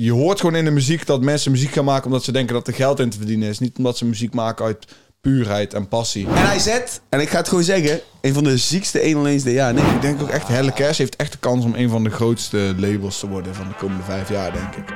je hoort gewoon in de muziek dat mensen muziek gaan maken omdat ze denken dat er geld in te verdienen is. Niet omdat ze muziek maken uit puurheid en passie. En hij zet, en ik ga het gewoon zeggen, een van de ziekste 101's dit jaar. Nee, Ik denk ook echt, Helle Cash heeft echt de kans om een van de grootste labels te worden van de komende 5 jaar, denk ik.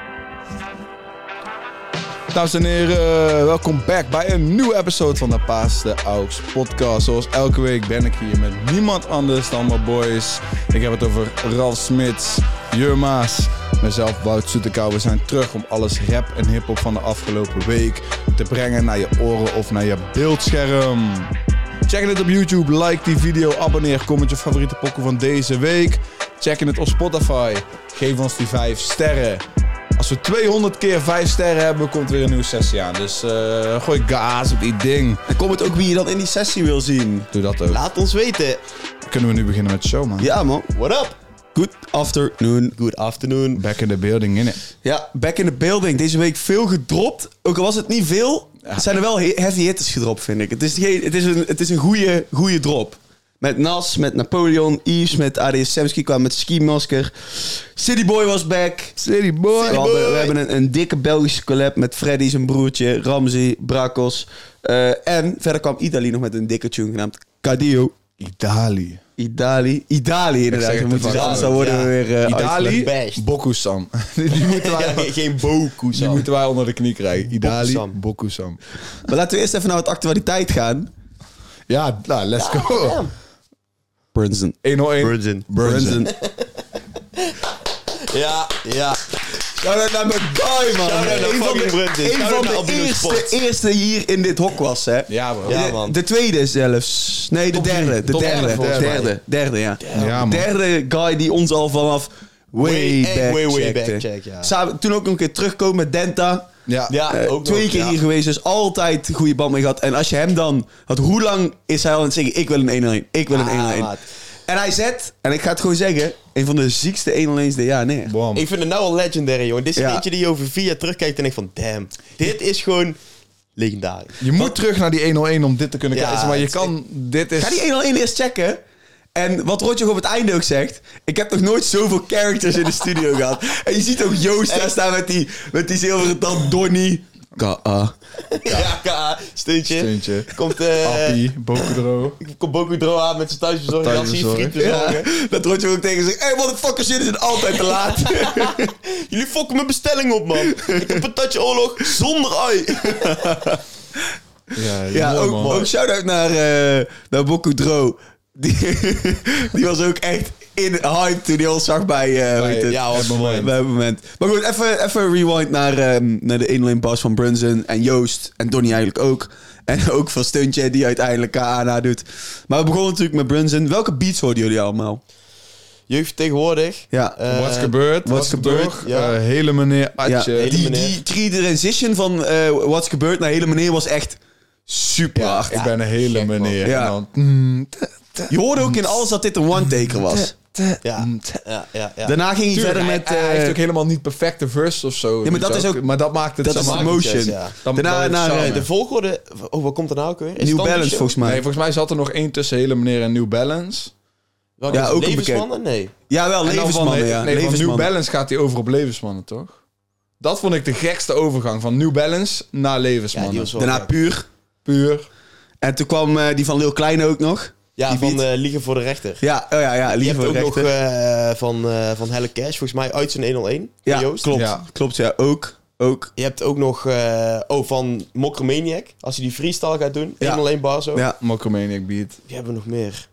Dames en heren, welkom back bij een nieuwe episode van de Paas de Aux podcast. Zoals elke week ben ik hier met niemand anders dan mijn boys. Ik heb het over Ralf Smits, Jurma's, mezelf Wout Soetekau. We zijn terug om alles rap en hiphop van de afgelopen week te brengen naar je oren of naar je beeldscherm. Check het op YouTube, like die video, abonneer, comment je favoriete pokken van deze week. Check het op Spotify, geef ons die 5 sterren. Als we 200 keer 5 sterren hebben, komt weer een nieuwe sessie aan. Dus gooi gaas op die ding. En kom het ook wie je dan in die sessie wil zien. Doe dat ook. Laat ons weten. Kunnen we nu beginnen met de show, man? Ja, man. What up? Good afternoon. Good afternoon. Back in the building, innit? Ja, back in the building. Deze week veel gedropt. Ook al was het niet veel, zijn er wel heavy hitters gedropt, vind ik. Het is een goede drop. Met Nas, met Napoleon, Yves, met ADS Semski kwam met Ski Masker. City Boy was back. City Boy. We hebben een dikke Belgische collab met Freddy, zijn broertje, Ramzi, Brakos. En verder kwam Idali nog met een dikke tune genaamd Cadio. Idali. Idali inderdaad. zeg het Anders Idali. dan worden we weer Idali, best. Bokusam. Die moeten wij, Geen Boku. die moeten wij onder de knie krijgen. Idali, Bokusam. Bokusam. Maar laten we eerst even naar wat actualiteit gaan. Ja, nou, let's go. Brunson. 101. Brunson. Ja. Shout-out naar mijn guy, man. Shout-out naar Een van fucking Brunson. Een Shout-out van naar de Albino Sport. eerste hier in dit hok was, hè. Ja, bro. Ja, De- man. De tweede zelfs. Nee, de Top drie. derde. De Top derde. drie, volgens mij. Derde, ja. Ja, man. Derde guy die ons al vanaf way back checkte. check, ja. Samen, toen ook nog een keer terugkomen met Denta. Ja. Ja, ook 2 nog, keer ja. hier geweest, dus altijd een goede band mee gehad. En als je hem dan... Want hoe lang is hij al aan het zeggen, ik wil een 101, ik wil een 101. maat. En hij zet, en ik ga het gewoon zeggen, een van de ziekste 101's dit jaar neer. Bam. Ik vind het nou al legendary, jongen. Dit is Ja. eentje die je over 4 jaar terugkijkt en denkt van... Damn, dit is gewoon legendarisch. Je moet terug naar die 101 om dit te kunnen Ja, kijken. Maar je het- kan... Dit is... Ga die 101 eerst checken. En wat Rotjoch op het einde ook zegt... Ik heb nog nooit zoveel characters in de studio gehad. En je ziet ook Joost daar staan met die zilveren tand, Donnie. K.A. Ja, steuntje. Steuntje. Komt Appie, Bokudro. Bokudro aan met zijn thuisbezorging. Als hij Thuisbezorging. friet bezorgen. Ja, dat Rotjoch ook tegen zegt... Hey, motherfuckers, jullie zijn altijd te laat. Jullie fokken mijn bestelling op, man. Ik heb een tatje oorlog zonder ui. Ja, mooi, man. ook shout-out naar Bokudro. Die was ook echt in hype toen hij ons zag bij ja, het moment. bij het moment. Maar goed, even rewind naar de 101 bas van Brunson en Joost en Donnie eigenlijk ook. En ook van Steuntje die uiteindelijk KA doet. Maar we begonnen natuurlijk met Brunson. Welke beats hoorden jullie allemaal? Jeugd tegenwoordig. Ja. What's gebeurd? What's gebeurd? Ja. Hele meneer Atje. Ja, Hele meneer. die transition van What's gebeurd naar Hele meneer was echt super Ja, hard. ik ben een hele gek, man. meneer. Ja. En dan... Je hoorde ook in alles dat dit een one-taker was. Ja. Daarna ging hij Tuurlijk, verder met... hij heeft ook helemaal niet perfecte verse of zo. Ja, maar dat is ook- Maar dat maakt het... dat zeg is maar, de motion. Ja. dan- Daarna dan- naar samen. De volgorde... Oh, wat komt er nou ook weer? Is het New dan die Balance show? volgens mij. Nee, volgens mij zat er nog één tussen Hele meneer en New Balance. Welke Ja, is ook het? een Levensmannen? Nee. Ja, wel, En dan levensmannen, van, ja. Nee, van New Levensmannen. Balance gaat hij over op Levensmannen, toch? Dat vond ik de gekste overgang. Van New Balance naar Ja, Levensmannen. die was wel Daarna gek. Puur. Puur. En toen kwam die van Lil Kleine ook nog. Ja, die van beat. Liegen voor de Rechter. Ja, oh ja, Je hebt liever ook nog rechter. van Helle Cash, volgens mij uit zijn 101. Ja, Joost. klopt. Ja. Klopt, ja. Ook. Je hebt ook nog van Mokromaniac. Als hij die freestyle gaat doen. Ja. 101 bar zo. Ja. Mokromaniac beat. Die hebben we nog meer.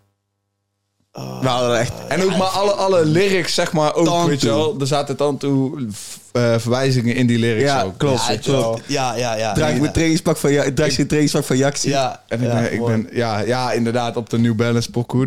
We hadden echt... En ook maar alle lyrics, zeg maar, ook, Tant weet je wel. Er zaten dan toe verwijzingen in die lyrics Ja, ook. klopt. Ja, klopt. Ja. Draag mijn trainingspak van trainingspak van Jaxi. Ja. En ja, ik mooi. ben ja, inderdaad, op de New Balance pokoe,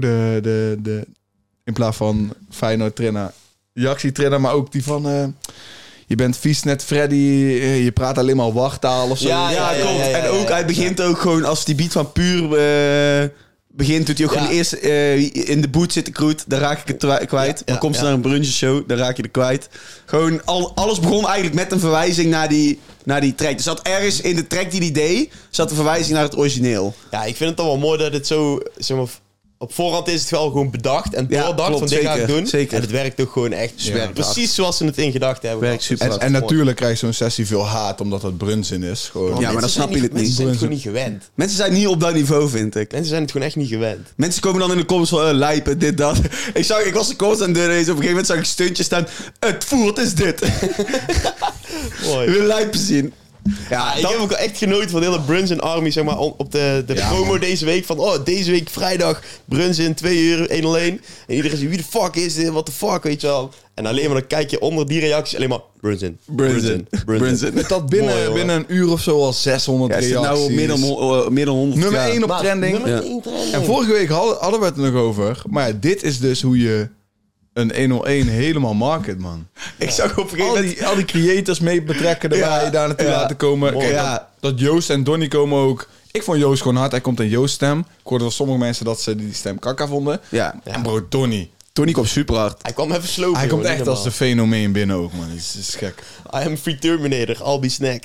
in plaats van Feyenoord trainer, Jaxi trainer, maar ook die van, je bent vies net Freddy, je praat alleen maar wachttaal of zo. Ja, klopt. En ook, hij begint ook gewoon als die beat van Puur begint, doet hij ook Ja. gewoon eerst in de boot zitten kroet, dan raak ik het kwijt. Dan komt ze naar een brunchshow, dan raak je er kwijt. Gewoon, alles begon eigenlijk met een verwijzing naar die track. Dus zat ergens in de track die hij deed, zat een verwijzing naar het origineel. Ja, ik vind het dan wel mooi dat het zo, zeg maar, op voorhand is het wel gewoon bedacht en Ja, doordacht klopt, van dit ga ik zeker, doen. zeker. En het werkt ook gewoon echt werkt precies zoals ze het in gedachten hebben. Werkt gehad. super Dus En dat is mooi. natuurlijk krijgt zo'n sessie veel haat, omdat het brunzin is. Gewoon. Ja, maar dan Mensen snap zijn je het niet. Mensen zijn het gewoon niet gewend. Mensen zijn niet op dat niveau, vind ik. Mensen zijn het gewoon echt niet gewend. Mensen komen dan in de comments van lijpen, dit, dat. Ik was de comments aan het doen en op een gegeven moment zag ik stuntjes staan. Het voert is dit. Mooi. Wil lijpen zien. Ja, ik heb ook wel echt genoten van de hele Brunson Army, zeg maar, op de Ja, promo man. deze week. Van, deze week vrijdag, Brunson, 2 uur, 101. En iedereen zegt, wie de fuck is dit? What the fuck, weet je wel. En alleen maar dan kijk je onder die reacties alleen maar Brunson. Met dat binnen een uur of zo al 600 Ja, is dit reacties. nou meer dan 100 Nummer jaar? 1 op trending. Nummer Ja. 1 trending. En vorige week hadden we het er nog over. Maar ja, dit is dus hoe je een 101 helemaal market, man. Ik zag op een gegeven moment... Al die creators mee betrekken erbij, Ja, daar naartoe ja. laten komen. Mooi. Kijk, Ja. dat Joost en Donnie komen ook. Ik vond Joost gewoon hard. Hij komt in Joost stem. Ik hoorde van sommige mensen dat ze die stem kakka vonden. Ja. En bro, Donnie. Tony kwam super hard. Hij kwam even slopen. Hij komt joh, echt niet als de normaal. fenomeen binnen ook, man. Het is gek. I am free Terminator, I'll be snack.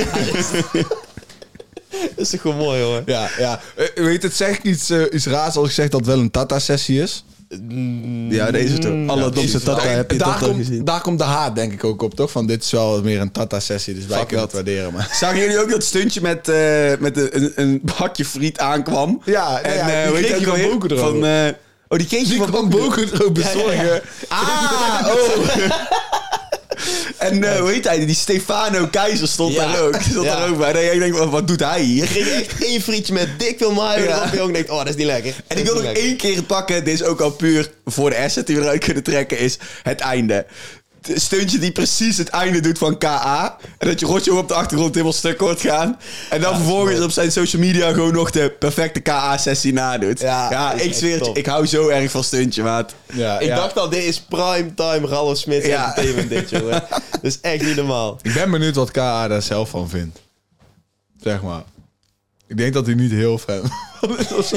Dat is toch gewoon mooi, hoor. Ja, ja. Weet het, zeg ik iets raars als ik zeg dat het wel een Tata-sessie is? Ja, deze toch. Alle domste Tata heb je toch al gezien. Daar komt de haat denk ik ook op, toch? Van dit is wel meer een Tata-sessie, dus wij Fuck kunnen het dat. waarderen. Maar. Zagen jullie ook dat stuntje met een bakje friet aankwam? Ja, en ja, die hoe heet kreeg dat je van alweer? Boku Droog. Die kreeg je Die van kwam Boku Boku Droog bezorgen. Ah, oh. En hoe heet hij? Die Stefano Keizer stond Ja. daar ook. Stond Ja. daar ook bij. En ik denk, wat doet hij hier? Je kreeg echt 1 frietje met dik veel mayo Ja. erop. En je denkt, dat is niet lekker. En ik wil nog 1 keer het pakken. Dit is ook al puur voor de asset die we eruit kunnen trekken. Is het einde. De stuntje die precies het einde doet van KA. En dat je Rotjo op de achtergrond helemaal stuk hoort gaan. En dan vervolgens op zijn social media gewoon nog de perfecte KA-sessie nadoet. Ja, ik is echt zweer het je, top. ik hou zo erg van stuntje, maat. Ja, Ik ja. dacht al, dit is primetime Ralf Smits Ja. entertainment dit, jongen. Dat is echt niet normaal. Ik ben benieuwd wat KA daar zelf van vindt. Zeg maar. Ik denk dat hij niet heel fan is.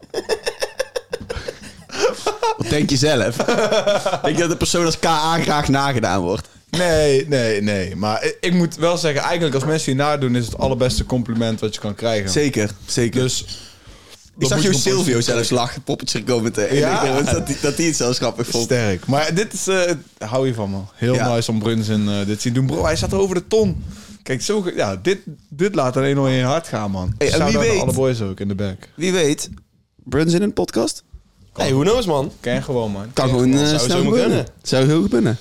Wat denk je zelf? Denk je dat de persoon als KA graag nagedaan wordt? Nee. Maar ik moet wel zeggen, eigenlijk als mensen hier nadoen, is het allerbeste compliment wat je kan krijgen. Zeker, zeker. Dus... ik zag moet Jo je gewoon Silvio positief zelfs lachen, poppetje commenten. Ja. Dat hij het zelfs grappig vond. Sterk. Maar dit is... hou je van, man. Heel Ja. nice om Brunson dit zien doen. Bro, hij staat over de ton. Kijk, zo... dit laat er 101 hard gaan, man. Hey, en Shout-out wie naar weet- alle boys ook in de back. Wie weet, Bruns in een podcast? Hey, who knows, man? Ken gewoon, man. Kan gewoon Zou snel zomaar kunnen. Zou heel goed kunnen.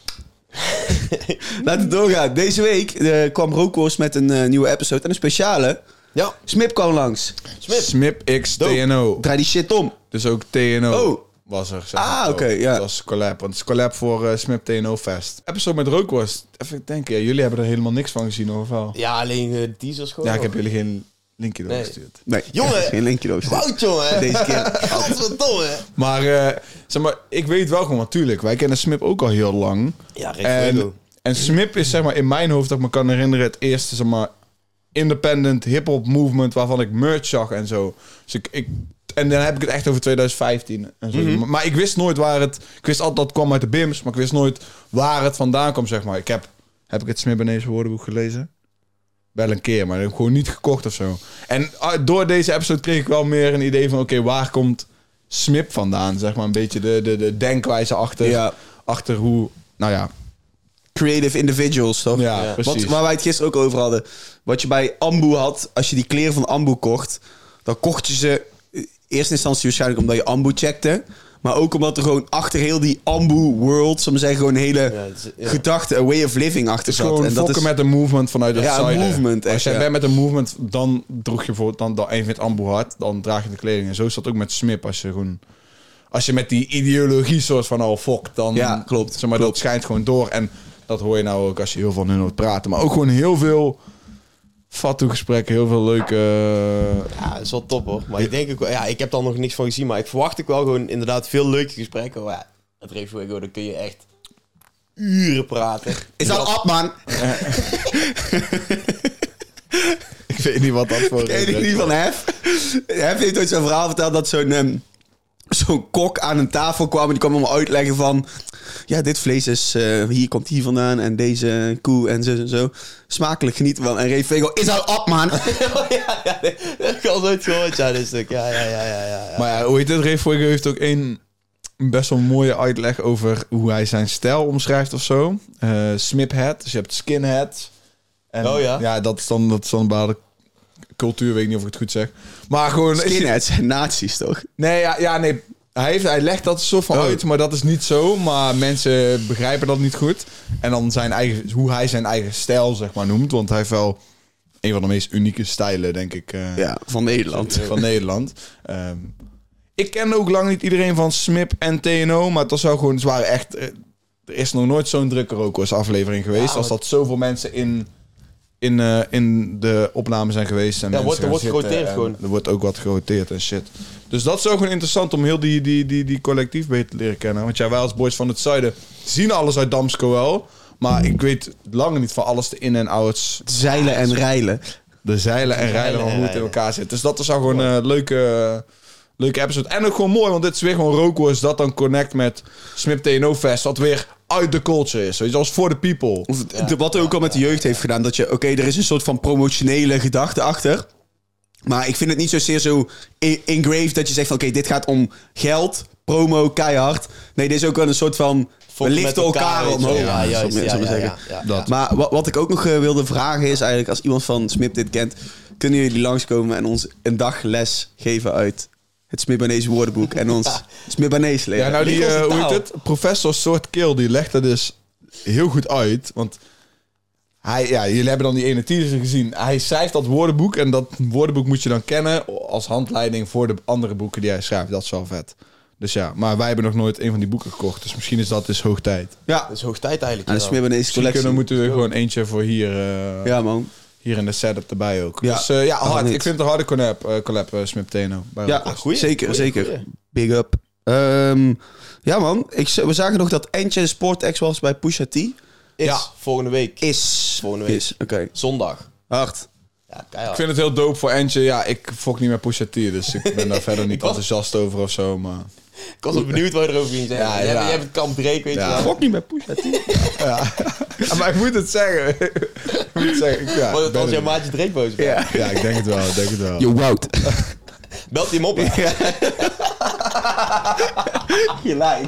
Laten we doorgaan. Deze week kwam Rookworst met een nieuwe episode. En een speciale. Ja, Smip kwam langs. Smip X Dope. TNO. Draai die shit om. Dus ook TNO Oh. was er. Zeg Ah, maar, oké, ook. ja. Dat was collab. Want het is collab voor Smip TNO Fest. Episode met Rookworst. Even denken. Ja, jullie hebben er helemaal niks van gezien, of wel? ja alleen de teasers gewoon. Ja, ik heb jullie geen linkje Nee. doorgestuurd. Nee, Jongen. geen linkje doorgestuurd. Wout, jongen. Deze keer. Godverdomme. Maar, zeg maar, ik weet wel gewoon, natuurlijk. Wij kennen Smip ook al heel lang. Ja, Rick Fuego. En Smip is, zeg maar, in mijn hoofd, dat ik me kan herinneren, het eerste, zeg maar, independent hip-hop movement waarvan ik merch zag en zo. Dus en dan heb ik het echt over 2015 en zo. Maar ik wist nooit waar het... Ik wist altijd dat het kwam uit de BIMS, maar ik wist nooit waar het vandaan kwam, zeg maar. Heb ik het Smibbenese woordenboek gelezen? Wel een keer, maar ik heb gewoon niet gekocht of zo. En door deze episode kreeg ik wel meer een idee van... Oké, waar komt Smip vandaan? Zeg maar een beetje de denkwijze achter, Ja. achter hoe... Nou ja, Creative individuals, toch? ja, Ja. precies. Waar wij het gisteren ook over hadden. Wat je bij Ambu had, als je die kleren van Ambu kocht... dan kocht je ze in eerste instantie waarschijnlijk omdat je Ambu checkte... maar ook omdat er gewoon achter heel die Ambu world... zullen we zeggen, gewoon een hele het is- ja. gedachte, een way of living achter Het is zat. gewoon En dat fokken is, met een movement vanuit het Ja, een zuiden. movement, echt, Als jij ja. bent met een movement, dan droeg je voor dan en je vindt Ambu hard, dan draag je de kleding. En zo is dat ook met Smip. Als je met die ideologie soort van al fokt, dan... Ja, klopt, Zeg maar, klopt. dat schijnt gewoon door. En dat hoor je nou ook als je heel veel van hun hoort praten. Maar ook gewoon heel veel fatu-gesprekken, heel veel leuke... Ja, dat is wel top, hoor. Maar ik denk ook wel... Ja, ik heb daar nog niks van gezien. Maar ik verwacht ook wel gewoon inderdaad veel leuke gesprekken. Maar ja, met Rick Fuego, dan kun je echt uren praten. is dat op, man? Ik weet niet wat dat voor Ken je die niet van Hef? Hef heeft ooit zo'n verhaal verteld dat zo'n zo'n kok aan een tafel kwam en die kwam allemaal uitleggen van... Ja, dit vlees is... hier komt hier vandaan en deze koe en zo en zo. Smakelijk genieten van. En Ray Figo, is al op, man! ja, dat heb ik al nooit gehoord, ja, dit stuk. Ja. Maar ja, hoe heet het? Ray Figo heeft ook een best wel mooie uitleg over hoe hij zijn stijl omschrijft of zo. Smiphead, dus je hebt skinhead. En, ja, dat is dan een bepaalde cultuur, weet ik niet of ik het goed zeg. Maar gewoon... Skinheads zijn nazi's, toch? Nee, nee. Hij legt dat soort van uit, maar dat is niet zo. Maar mensen begrijpen dat niet goed. En dan hoe hij zijn eigen stijl, zeg maar, noemt. Want hij heeft wel een van de meest unieke stijlen, denk ik. Van Nederland. Van Nederland. Ik ken ook lang niet iedereen van Smip en TNO. Maar het was wel gewoon... Ze waren echt... Er is nog nooit zo'n drukke Rookworst aflevering geweest. Als dat zoveel mensen in de opname zijn geweest. En er wordt geroteerd gewoon. Er wordt ook wat geroteerd en shit. Dus dat is ook gewoon interessant om heel die collectief beter te leren kennen. Want ja, wij als boys van het zuiden zien alles uit Damsko wel. Maar ik weet lang niet van alles de in- en outs. Zeilen en rijlen. De zeilen en rijden van hoe het in elkaar zit. Dus dat is al gewoon een leuke episode. En ook gewoon mooi, want dit is weer gewoon Rookworst dat dan connect met Smip TNO Fest. Wat weer uit de culture is. Weet je, als for the people. Wat ook al met de jeugd heeft gedaan. Dat je, er is een soort van promotionele gedachte achter. Maar ik vind het niet zozeer zo engraved dat je zegt van dit gaat om geld, promo, keihard. Nee, dit is ook wel een soort van... We liften elkaar omhoog. Ja, juist. Maar wat ik ook nog wilde vragen is eigenlijk... Als iemand van Smip dit kent... Kunnen jullie langskomen en ons een dag les geven uit het Smibanese woordenboek... en ons Smibanese leren? Ja, nou hoe heet het? Professor Soort Keel, die legt er dus heel goed uit. Want jullie hebben dan die ene teaser gezien. Hij schrijft dat woordenboek en dat woordenboek moet je dan kennen... als handleiding voor de andere boeken die hij schrijft. Dat is wel vet. Dus ja, maar wij hebben nog nooit een van die boeken gekocht. Dus misschien is dat dus hoog tijd. Ja, dat is hoog tijd eigenlijk. De Smibanese collectie. Moeten we gewoon eentje voor hier... ja, man. Hier in de setup erbij ook. Ja, dus hard. Ik vind het een harde collab Smip TNO. Ja, zeker. Big up. Ja, man. We zagen nog dat Entje de Sportex was bij Pusha T. Volgende week. Volgende week. Oké. Zondag. Hard. Ja, keihard. Ik vind het heel dope voor Entje. Ja, ik fok niet met Pusha T, dus ik ben daar verder niet enthousiast over of zo, maar... Ik was wel benieuwd wat je erover ging zeggen. Jij hebt het kamp Drake, weet je wel. Fok niet met Pusha T. Ja, maar ik moet het zeggen. Wordt het als jouw maatje Drake boos? Ja, ik denk het wel. Yo, Wout. Belt hij hem op? Gelijk.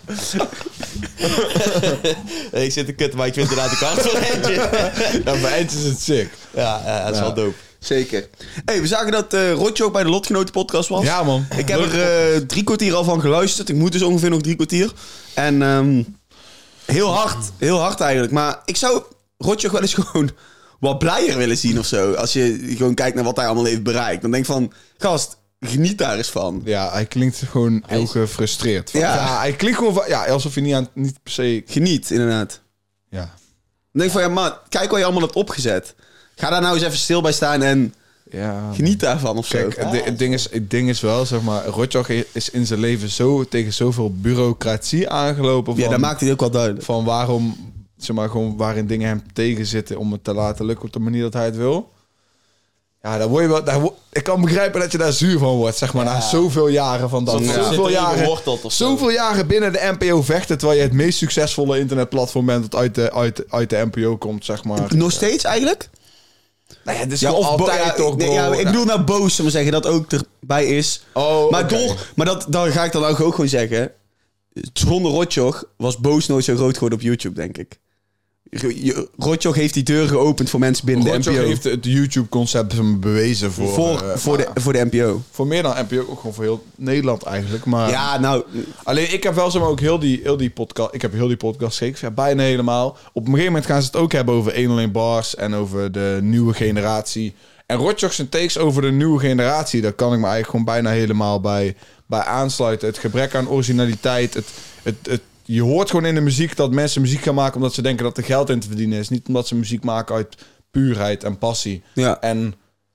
Ik zit te kutten, maar ik vind het inderdaad de kans van Entje. Ja, bij Entje is het sick. Ja, dat is wel dope. Zeker. We zagen dat Rotje ook bij de Lotgenoten podcast was. Ja, man. Ik heb er 3 kwartier al van geluisterd. Ik moet dus ongeveer nog 3 kwartier. En heel hard eigenlijk. Maar ik zou Rotje ook wel eens gewoon wat blijer willen zien of zo. Als je gewoon kijkt naar wat hij allemaal heeft bereikt. Dan denk ik van, gast, geniet daar eens van. Ja, hij klinkt gewoon heel gefrustreerd. Ja, hij klinkt gewoon van... Ja, alsof je niet per se... Geniet, inderdaad. Ja. Dan denk ik van, ja, man, kijk wat je allemaal hebt opgezet. Ga daar nou eens even stil bij staan en geniet daarvan of kijk, zo. Het ding is wel, zeg maar... Rotjoch is in zijn leven zo tegen zoveel bureaucratie aangelopen. Ja, dat maakt hij ook wel duidelijk. Van waarom, zeg maar, gewoon waarin dingen hem tegenzitten om het te laten lukken op de manier dat hij het wil. Ja, daar word je wel... ik kan begrijpen dat je daar zuur van wordt, zeg maar, na zoveel jaren van dat. Zoveel jaren binnen de NPO vechten, terwijl je het meest succesvolle internetplatform bent dat uit de NPO komt, zeg maar. Nog steeds eigenlijk? Nou ja, dus altijd toch, bro. Nee, ik bedoel nou boos, zullen we zeggen, dat ook erbij is. Oh, maar dan ga ik dan ook gewoon zeggen. Zonder Rotjoch was Boos nooit zo groot geworden op YouTube, denk ik. Rotjoch heeft die deur geopend voor mensen binnen de NPO. Rotjoch heeft het YouTube-concept bewezen voor de NPO. Voor meer dan NPO, ook gewoon voor heel Nederland eigenlijk. Maar ja, nou... Alleen, ik heb wel zomaar ook heel die podcast... Ik heb heel die podcast gekeken, ja, bijna helemaal. Op een gegeven moment gaan ze het ook hebben over 101 Bars en over de nieuwe generatie. En Rotjoch zijn takes over de nieuwe generatie, daar kan ik me eigenlijk gewoon bijna helemaal bij aansluiten. Het gebrek aan originaliteit, je hoort gewoon in de muziek dat mensen muziek gaan maken omdat ze denken dat er geld in te verdienen is. Niet omdat ze muziek maken uit puurheid en passie. Ja. En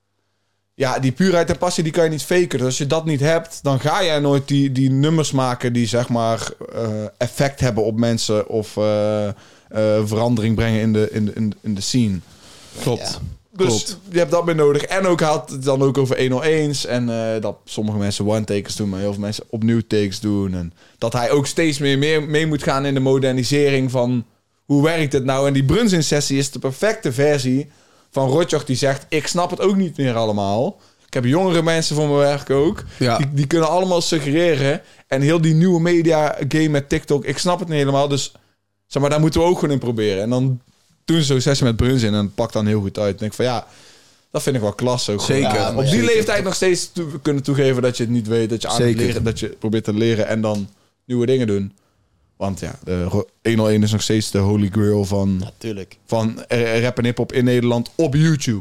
ja, die puurheid en passie die kan je niet faken. Dus als je dat niet hebt, dan ga je nooit die nummers maken die zeg maar effect hebben op mensen of verandering brengen in de scene. Klopt. Dus Klopt. je hebt dat meer nodig. En ook had het dan ook over 101's. En dat sommige mensen one-takers doen, maar heel veel mensen opnieuw takes doen. En dat hij ook steeds meer mee moet gaan in de modernisering van hoe werkt het nou. En die Brunzin-sessie is de perfecte versie van Rotjoch die zegt, ik snap het ook niet meer allemaal. Ik heb jongere mensen voor mijn werk ook. Ja. Die kunnen allemaal suggereren. En heel die nieuwe media game met TikTok, ik snap het niet helemaal. Dus zeg maar, daar moeten we ook gewoon in proberen. En dan doen ze zo'n sessie met Brunzin en het pakt dan heel goed uit. En denk ik van ja, dat vind ik wel klasse. Ook Zeker. gewoon. Ja, Op maar die zeker. leeftijd nog steeds kunnen toegeven dat je het niet weet. Dat je aan het Zeker. leren, dat je probeert te leren en dan nieuwe dingen doen. Want ja, de 101 is nog steeds de holy grail Natuurlijk. van rap en hiphop in Nederland op YouTube.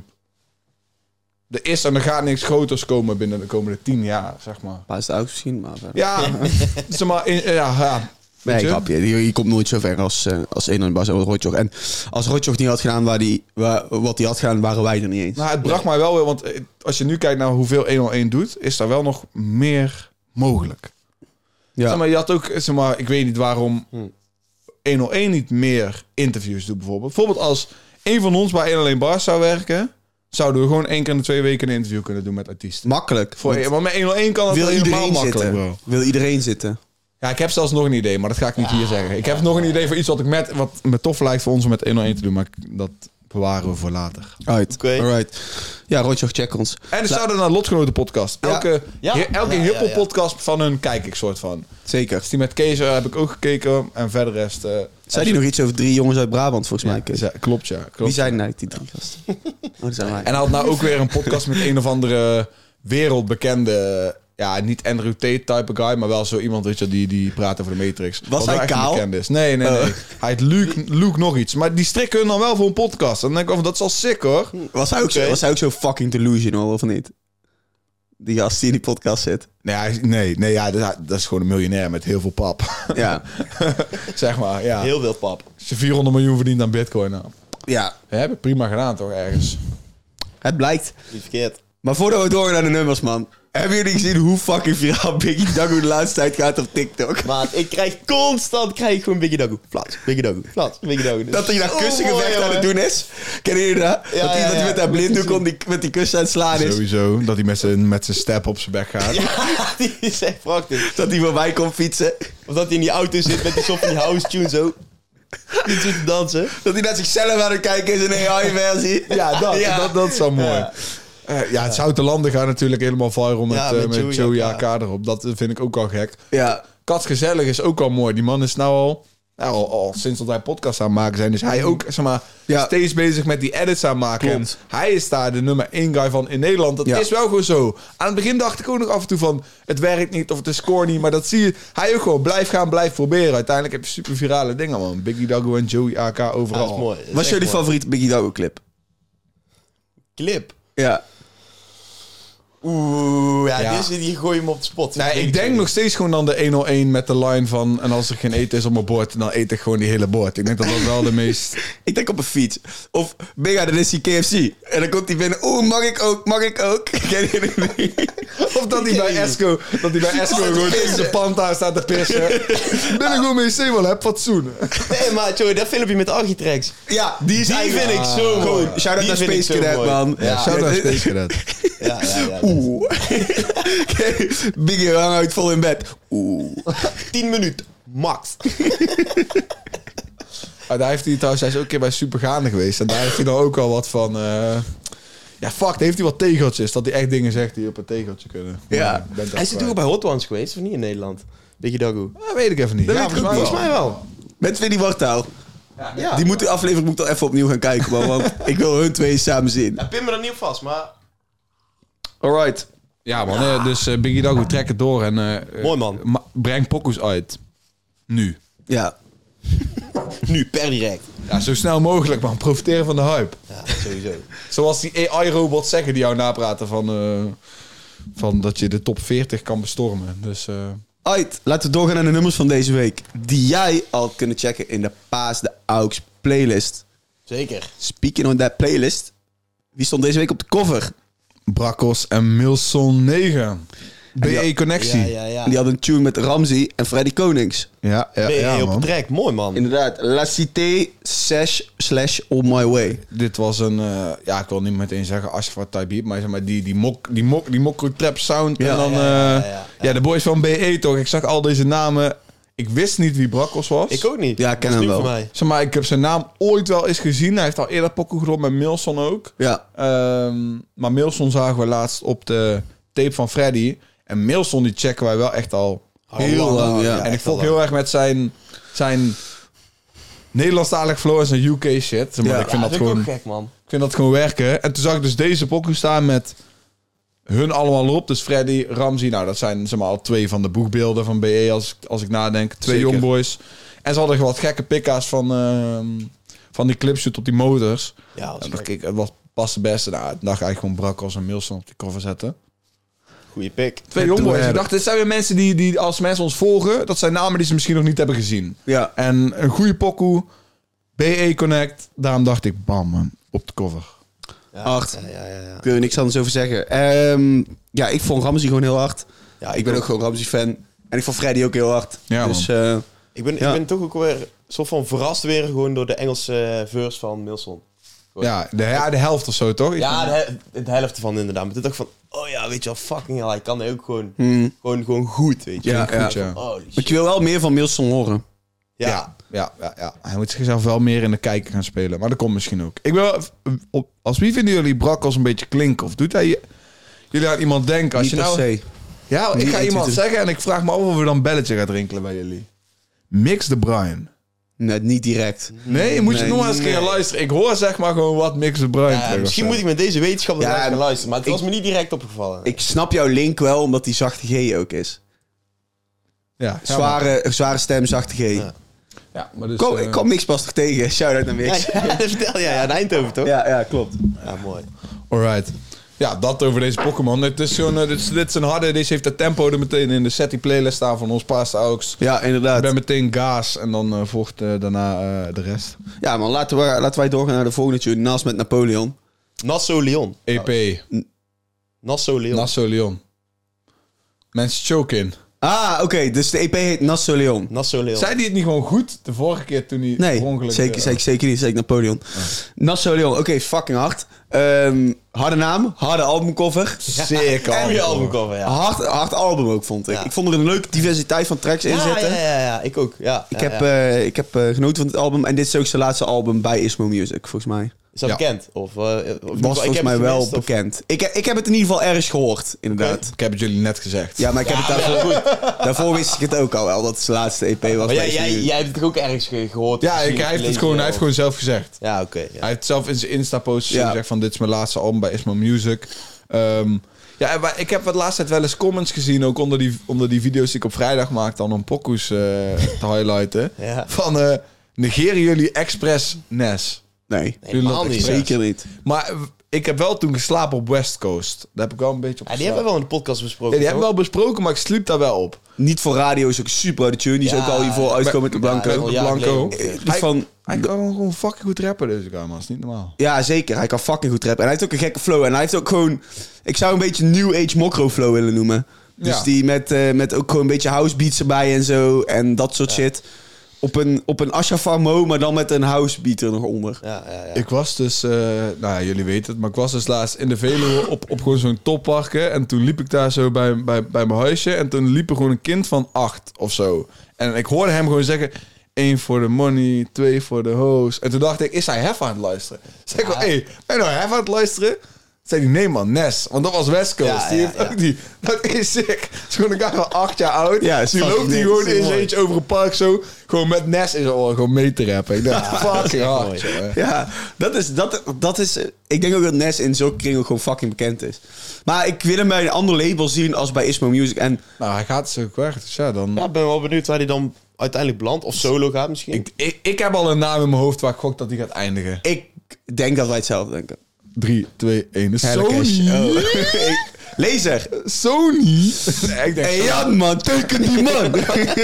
Er is en er gaat niks groters komen binnen de komende 10 jaar, zeg maar. Paas de Aux misschien, maar verder. Ja, zeg maar, ja. Weet Nee, je? grapje. Je komt nooit zo ver als 101 Bas en Rotjoch. En als Rotjoch niet had gedaan wat hij had gedaan, waren wij er niet eens. Nou, het bracht mij wel weer, want als je nu kijkt naar hoeveel 101 doet, is daar wel nog meer mogelijk. Ja. Zeg maar, je had ook, zeg maar, ik weet niet waarom 101 niet meer interviews doet bijvoorbeeld. Bijvoorbeeld als een van ons bij 101 Bars zou werken, zouden we gewoon 1 keer in de 2 weken een interview kunnen doen met artiesten. Makkelijk. Maar met 101 kan het Wil helemaal iedereen makkelijk, zitten? bro. Wil iedereen zitten? Ja, ik heb zelfs nog een idee, maar dat ga ik niet hier zeggen. Ik heb nog een idee voor iets wat me tof lijkt voor ons om met 101 te doen, maar dat bewaren we voor later. Uit. Oké. Alright. Ja, Rotjoch, check ons. En de zouden naar Lotgenoten podcast. Elke Ja. elke Ja, hiphop ja. podcast van hun kijk ik soort van. Zeker. Dus die met Kees heb ik ook gekeken en verder rest. Zei die nog iets over 3 jongens uit Brabant, volgens mij? Kees? Klopt, ja. Klopt. Wie zijn nou die 3 gasten? Oh, dat zijn wij. En hij had nou ook weer een podcast met een of andere wereldbekende, ja, niet Andrew Tate type guy, maar wel zo iemand, weet je, die praat over de Matrix. Was Wat hij wel echt kaal? bekend is. Nee. Hij heet Luke nog iets. Maar die strikken hun dan wel voor een podcast. En dan denk ik, dat is al sick, hoor. Was hij ook zo fucking delusional, of niet? Die gast die in die podcast zit. Nee, ja, dat is gewoon een miljonair met heel veel pap. Ja. Zeg maar, ja. Heel veel pap. Als je 400 miljoen verdient aan bitcoin, nou. Ja. Dat heb ik prima gedaan, toch, ergens. Het blijkt. Niet verkeerd. Maar voordat we doorgaan naar de nummers, man. Hebben jullie gezien hoe fucking viraal Biggie Dagoe de laatste tijd gaat op TikTok? Maat, ik krijg constant gewoon Biggie Dagoe. Flats, Biggie Dagoe. Flats, Biggie Dagoe. Dat hij dat kussengevecht aan het doen is. Kennen jullie dat? Ja, dat hij ja, met dat blinddoek met die kussen aan het slaan is. Sowieso, dat hij met zijn step op zijn bek gaat. Ja, die is echt prachtig. Dat hij voorbij komt fietsen. Of dat hij in die auto zit met die soort van die house tune zo. Niet zo te dansen. Dat hij naar zichzelf aan het kijken is in een AI-versie. Ja, dat is wel mooi. Ja, het Zoute Landen gaat natuurlijk helemaal viral met, Ja, met met Joey Joey AK. AK erop. Dat vind ik ook al gek. Ja. Kat Gezellig is ook al mooi. Die man is nou al sinds dat wij podcast aan het maken zijn, is hij ook, zeg maar, Ja. steeds bezig met die edits aan maken. Klopt. En hij is daar de nummer 1 guy van in Nederland. Dat Ja. is wel gewoon zo. Aan het begin dacht ik ook nog af en toe van, het werkt niet of het is score niet. Maar dat zie je. Hij ook gewoon, blijf gaan, blijf proberen. Uiteindelijk heb je super virale dingen, man. Biggie Dagoe en Joey AK Ja, overal. dat is mooi. Dat is Wat is echt jullie mooi. favoriete Biggie Dagoe clip? Clip? Ja. Oeh, ja, Ja. die gooi je hem op de spot. Nee, Dat weet ik denk zo nog steeds gewoon dan de 101 met de line van, en als er geen eten is op mijn bord, dan eet ik gewoon die hele bord. Ik denk dat dat wel de meest... Ik denk op een fiets. Of, Bigga, dan is die KFC. En dan komt hij binnen. Oeh, mag ik ook? Ken je het niet? Of dat hij bij Esco gewoon tegen de panda staat te pissen. Ben ik gewoon mee man, heb fatsoen. Nee, maar Joey, dat filmpje met Architrax. Ja, die is Die eigenlijk... vind ik zo mooi. Shout-out Die naar vind ik Space zo Cadet, mooi. man. Ja. Shout-out Space Cadet. Ja. Oeh. Biggie hang uit vol in bed. Oeh. 10 minuten. Max. Daar heeft hij trouwens, hij is ook een keer bij Supergaande geweest. En daar heeft hij dan ook al wat van... ja, fuck, heeft hij wat tegeltjes. Dat hij echt dingen zegt die op een tegeltje kunnen. Ja. Maar ik ben het Hij is even natuurlijk bij Hot Ones geweest, of niet in Nederland? Biggie Dagoe. kwijt. Dat weet ik even niet. Dat weet ik ook Volgens mij wel. Met Vinnie Wartaal. Ja. Die aflevering moet ik dan even opnieuw gaan kijken, man. Want ik wil hun twee samen zien. Ja, pin me er niet op vast, maar... Alright. Ja man, dus Biggie Dagoe, trek het door. En, Mooi, man. Breng pokoes uit. Nu. Ja. Nu, per direct. Ja, zo snel mogelijk man. Profiteren van de hype. Ja, sowieso. Zoals die AI-robots zeggen die jou napraten van dat je de top 40 kan bestormen. Dus Alright, laten we doorgaan naar de nummers van deze week. Die jij al kunnen checken in de Paas de Aux playlist. Zeker. Speaking on that playlist. Wie stond deze week op de cover? Brakkos en Milson 9. BE Connectie. Ja. En die had een tune met Ramsey en Freddy Konings. Ja, Op man. de track. Mooi, man. Inderdaad. La Cité / On My Way. Dit was een, ik wil niet meteen zeggen Ashford type beat, maar zeg maar die mokro trap sound. Ja. En dan, Ja. de boys van BE toch. Ik zag al deze namen. Ik wist niet wie Brakkos was. Ik ook niet. Ja, ik ken Dat is hem nieuw wel. voor mij. Zeg maar, ik heb zijn naam ooit wel eens gezien. Hij heeft al eerder pokoe gedropt met Milson ook. Ja. Maar Milson zagen we laatst op de tape van Freddy. En Milson die checken wij wel echt al Heel lang, ja. En ik echt volg al heel erg met zijn Nederlandstalig flow en zijn UK shit. Maar Ja. ik vind dat is gewoon... ook gek, man. Ik vind dat gewoon werken. En toen zag ik dus deze pokoe staan met hun allemaal erop. Dus Freddy, Ramsey. Nou, dat zijn zeg maar al 2 van de boegbeelden van BE als ik nadenk. 2 Zeker. jongboys. En ze hadden wat gekke pikka's van die clipshoot op die motors. Ja, dat En is dacht gek. ik, het was pas de beste. Nou, ik dacht eigenlijk gewoon Brakkos en Milson op die cover zetten. Goeie pick. 2 En toen jongboys. Ik hebben- dacht, dit zijn weer mensen die als mensen ons volgen, dat zijn namen die ze misschien nog niet hebben gezien. Ja. En een goede pokoe, BE Connect. Daarom dacht ik, bam man, op de cover. Ja, 8. Ja. Ik wil er niks anders over zeggen. Ja, ik vond Ramsey gewoon heel hard. Ja, Ik ben ook gewoon Ramsey-fan. En ik vond Freddy ook heel hard. Ja, dus Ik ben toch ook weer soort van verrast weer gewoon door de Engelse verse van Milson. Ja, de helft of zo, toch? Ja, de helft ervan inderdaad. Maar toen dacht ik van, oh ja, weet je wel, fucking hell, hij kan ook gewoon, gewoon goed, weet je. Ja, Goed, ja. Holy maar shit. je wil wel meer van Milson horen. Ja. Ja. Hij moet zichzelf wel meer in de kijker gaan spelen. Maar dat komt misschien ook. Ik wil, als wie vinden jullie Brakkos een beetje klinken? Of doet hij... Jullie aan iemand denken? Als Niet je per nou... se. Ja, ik Niet ga iemand intuïtief. zeggen en ik vraag me af of we dan belletje gaat rinkelen bij jullie. Mix de Brian. Nee, niet direct. Nee, je moet je Nee, nog maar eens een keer nee. luisteren. Ik hoor zeg maar gewoon wat Mix de Brian. Ja, misschien moet ik met deze wetenschap nog Ja, eens gaan luisteren. Maar het ik- was me niet direct opgevallen. Ik snap jouw link wel, omdat die zachte G ook is. Ja, Zware stem, zachte G. Ja. Ja, maar dus... Ik kwam Mix pas nog tegen. Shout-out naar Ja, Mix. vertel ja, in Eindhoven toch? Ja, klopt. Ja, mooi. Alright. Ja, dat over deze Pokémon. Dit is zo'n, dit is een harde. Deze heeft de tempo er meteen in de setty playlist staan van ons Paaste Aux. Ja, Ik inderdaad. ben meteen gaas en dan volgt daarna de rest. Ja, man, laten wij doorgaan naar de volgende tune. Naast met Napoleon. Nassau Leon. EP. Nassau Leon. Nassau Leon. Mensen choke in. Ah, oké. Dus de EP heet Nassau Leon. Nassau Leon. Zei die het niet gewoon goed de vorige keer toen hij Nee, per ongeluk... zeker niet. Zeker Napoleon. Nassau Leon. Oké, fucking hard. Harde naam. Harde albumcover. Zeker. En je albumcover, ja. Hard album ook, vond ik. Ja. Ik vond er een leuke diversiteit van tracks in zitten. Ja, ik ook. Ja, Ik heb genoten van het album. En dit is ook zijn laatste album bij Ismo Music, volgens mij. Is dat Ja. bekend? Of Was volgens mij wel bekend. Ik heb het in ieder geval ergens gehoord, inderdaad. Ik heb het jullie net gezegd. Ja, maar ik heb het daarvoor wist ik het ook al wel, dat het zijn laatste EP was. Maar bij Ismo Music. jij hebt het toch ook ergens gehoord? Ja, gezien, hij heeft gelezen, het gewoon, hij heeft of- gewoon zelf gezegd. Ja, oké. Hij ja. heeft zelf in zijn Insta-post Ja. gezegd van dit is mijn laatste album bij Ismo Music. Ja, maar ik heb wat laatst tijd wel eens comments gezien, ook onder die video's die ik op vrijdag maakte, dan om pokoes te highlighten. Ja. Van negeren jullie expres Nes? Nee, Nee, Jullie helemaal dat niet. expres? zeker niet. Maar ik heb wel toen geslapen op West Coast. Daar heb ik wel een beetje op Ja, die hebben we wel in de podcast besproken. Ja, die hebben we toch? wel besproken, maar ik sliep daar wel op. Niet voor radio is ook super de tune. Die is Ja, ook al hiervoor uitgekomen met de Blanco. ja, Met ja, Blanco. geleden. Dus van, Hij kan gewoon fucking goed rappen, deze guy, man. Dat is niet normaal. ja, zeker. Hij kan fucking goed rappen. En hij heeft ook een gekke flow. En hij heeft ook gewoon... Ik zou een beetje New Age Mokro flow willen noemen. Dus Ja. die met ook gewoon een beetje house beats erbij en zo. En dat soort shit. Op een Ashafar Mo, maar dan met een house beat er nog onder. Ja. Ik was dus, nou ja, jullie weten het, maar ik was dus laatst in de Veluwe op gewoon zo'n topparken. En toen liep ik daar zo bij mijn huisje. En toen liep er gewoon een kind van 8 of zo. En ik hoorde hem gewoon zeggen, 1 voor de money, 2 voor de hoes. En toen dacht ik, is hij hef aan het luisteren? Zeg ik wel, hey, ben je nou hef aan het luisteren? Zei hij, nee man, Nes. Want dat was West Coast. Ja, die ja, heeft ja. ook die. Dat is sick. Het is gewoon een guy van 8 jaar oud. Ja, is die fucking loopt hij nice. gewoon in zijn Mooi. eentje over een park zo. Gewoon met Nes in zijn oor. Gewoon mee te rappen. Ik dacht, fucking hard. mooi. jongen. Ja, dat is... Ik denk ook dat Nes in zo'n kring ook gewoon fucking bekend is. Maar ik wil hem bij een ander label zien als bij Ismo Music. En Nou, hij gaat dus ook weg. Dus ja, dan... Ja, ik ben wel benieuwd waar hij dan uiteindelijk belandt. Of solo gaat misschien. Ik heb al een naam in mijn hoofd waar ik gok dat hij gaat eindigen. ik denk dat wij hetzelfde denken. 3, 2, 1. Hellecash. Sony. Oh. Laser. Sony. Nee, ik denk... Hey Jan, man. Teken die man.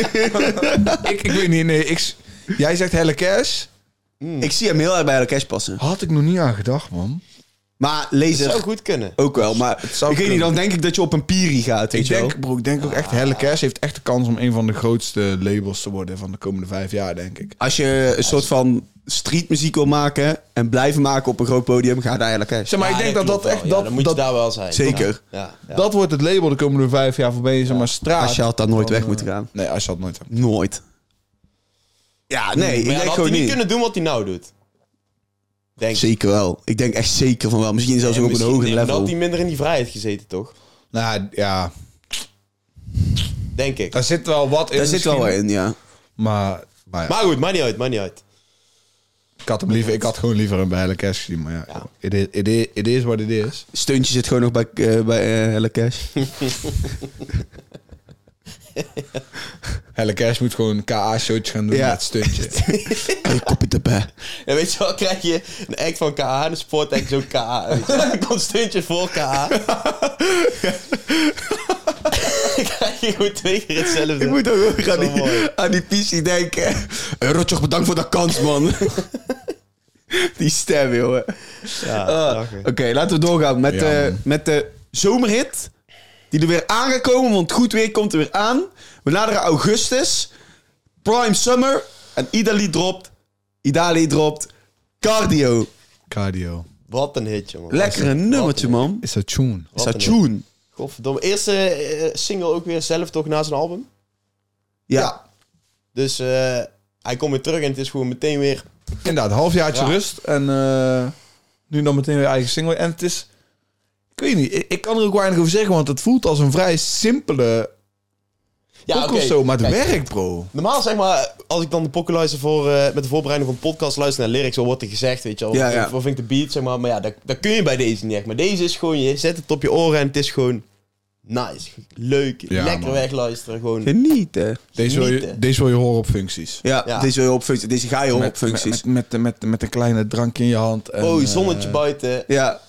ik weet niet. Nee, jij zegt Helle Cash. Ik zie hem heel erg bij Hellecash passen. Had ik nog niet aan gedacht, man. Maar Dat laser zou goed kunnen. ook wel. Maar zou ik weet niet, kunnen. dan denk ik dat je op een Piri gaat, weet Ik je wel. denk, bro, ik denk ook echt, Helle Cash heeft echt de kans om een van de grootste labels te worden van de komende 5 jaar, denk ik. Als je een soort van streetmuziek wil maken en blijven maken op een groot podium, ga naar Helle Cash. Zeg maar, Ja, ik denk dat klopt dat wel. echt, Ja, dan moet je daar wel zijn. Zeker. Ja. dat wordt het label de komende 5 jaar voorbij, zeg maar, straat. Als je had daar nooit Dan, weg moeten gaan. Nee, als je had nooit. Nooit. Ja, nee, ik Maar ja, denk had gewoon hij niet niet. kunnen doen wat hij nou doet. Denk ik. Zeker wel. Ik denk echt zeker van wel. Misschien zelfs ook op een Misschien- hoger nee, maar level. Dan had hij minder in die vrijheid gezeten, toch? Nou ja, Denk ik. daar zit wel wat in. Daar zit wel misschien. in, ja. Maar ja, Maar goed, maakt niet uit. ik had gewoon liever een bij Helle Cash gezien. Maar ja, it is what it is. Steuntje zit gewoon nog bij Helle Cash. Helle Cash moet gewoon een KA-showtje gaan doen Ja. met stuntje. Een kopje erbij. Ja, weet je wel, krijg je een act van KA en een sportact zo KA. Weet je wel. Dan komt stuntje voor KA. Dan krijg je gewoon 2 keer hetzelfde. Ik moet ook Dat is wel mooi. aan die PC denken. Rotjoch, bedankt voor dat kans, man. Die stem, jongen. Ja, lachen. Oké, laten we doorgaan met de zomerhit. Die er weer aan gaat komen, want goed weer komt er weer aan. We naderen augustus. Prime Summer. En Idali dropt. Cardio. Cardio. Wat een hitje, man. Lekkere nummertje, man. Is dat tune? Is dat tune? Godverdomme. Eerste single ook weer zelf toch na zijn album. Ja. Dus hij komt weer terug en het is gewoon meteen weer... Inderdaad, halfjaartje Ja. rust. En nu dan meteen weer eigen single. En het is... Ik weet niet, ik kan er ook weinig over zeggen, want het voelt als een vrij simpele Ja, pokoe of zo. Maar het Kijk, werkt, bro. normaal zeg maar, als ik dan de pokken luister met de voorbereiding van de podcast luister naar lyrics, wat wordt er gezegd, weet je wel. Ja, ja. Wat vind ik de beat, zeg maar. Maar ja, dat kun je bij deze niet echt. Maar deze is gewoon, je zet het op je oren en het is gewoon nice. Leuk, Ja, lekker man. wegluisteren, gewoon. Genieten. Genieten. Deze wil je horen op functies. Ja, Ja. Deze wil je op functies. Deze ga je horen op functies. Met een kleine drankje in je hand. En, Oh, zonnetje buiten. Ja.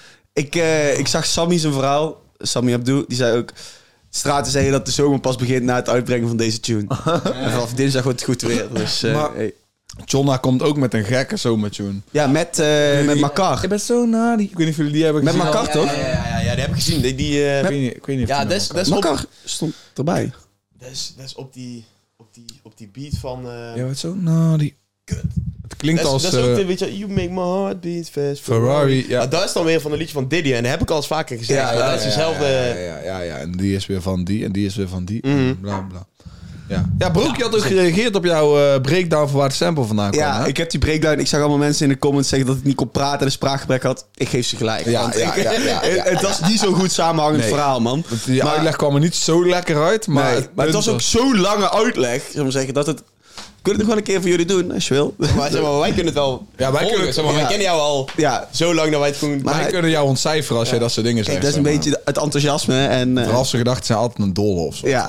Ik zag Sammy zijn verhaal. Sammy Abdou, die zei ook... Straten zeggen dat de zomer pas begint na het uitbrengen van deze tune. En vanaf dinsdag wordt het goed weer. Dus, Maar- hey. Jonna komt ook met een gekke zomertune. Ja, met Makar. Ik ben zo na die... Ik weet niet of jullie die hebben Met gezien. Makar, toch? Ja, die heb ik gezien. Ik weet niet of Ja, die dat is met op, Makar stond erbij. dat is op die beat van... Ja, wat zo na die... Het klinkt als... dat is ook de, weet je, you make my heart beat fast. Ferrari, ja. Maar dat is dan weer van een liedje van Diddy. En dat heb ik al eens vaker gezegd. maar dat is dezelfde... Ja. En die is weer van die en die is weer van die. Mhm. Bla, bla. Ja, Broek, je had ook gereageerd op jouw breakdown van waar de sample vandaan kwam, Ja, hè? ik heb die breakdown. Ik zag allemaal mensen in de comments zeggen dat ik niet kon praten en een spraakgebrek had. Ik geef ze gelijk. Ja, Want ja, ja. Het was niet zo goed samenhangend Nee. verhaal, man. Want die Maar- uitleg kwam er niet zo lekker uit, maar... Nee, maar het was ook zo'n lange uitleg. Zeg maar zeggen, dat het... Ik wil het nog wel een keer voor jullie doen, als je wil. Maar zeg maar, wij kunnen het wel Ja, wij volgen. kunnen- Zeg maar, wij ja. kennen jou al Ja, zo lang dat wij het gewoon... Wij kunnen jou ontcijferen als jij dat soort dingen kijk, zegt. dat is een zeg maar. beetje het enthousiasme en... Vooral zijn gedachten zijn altijd een dolle of zo. Ja.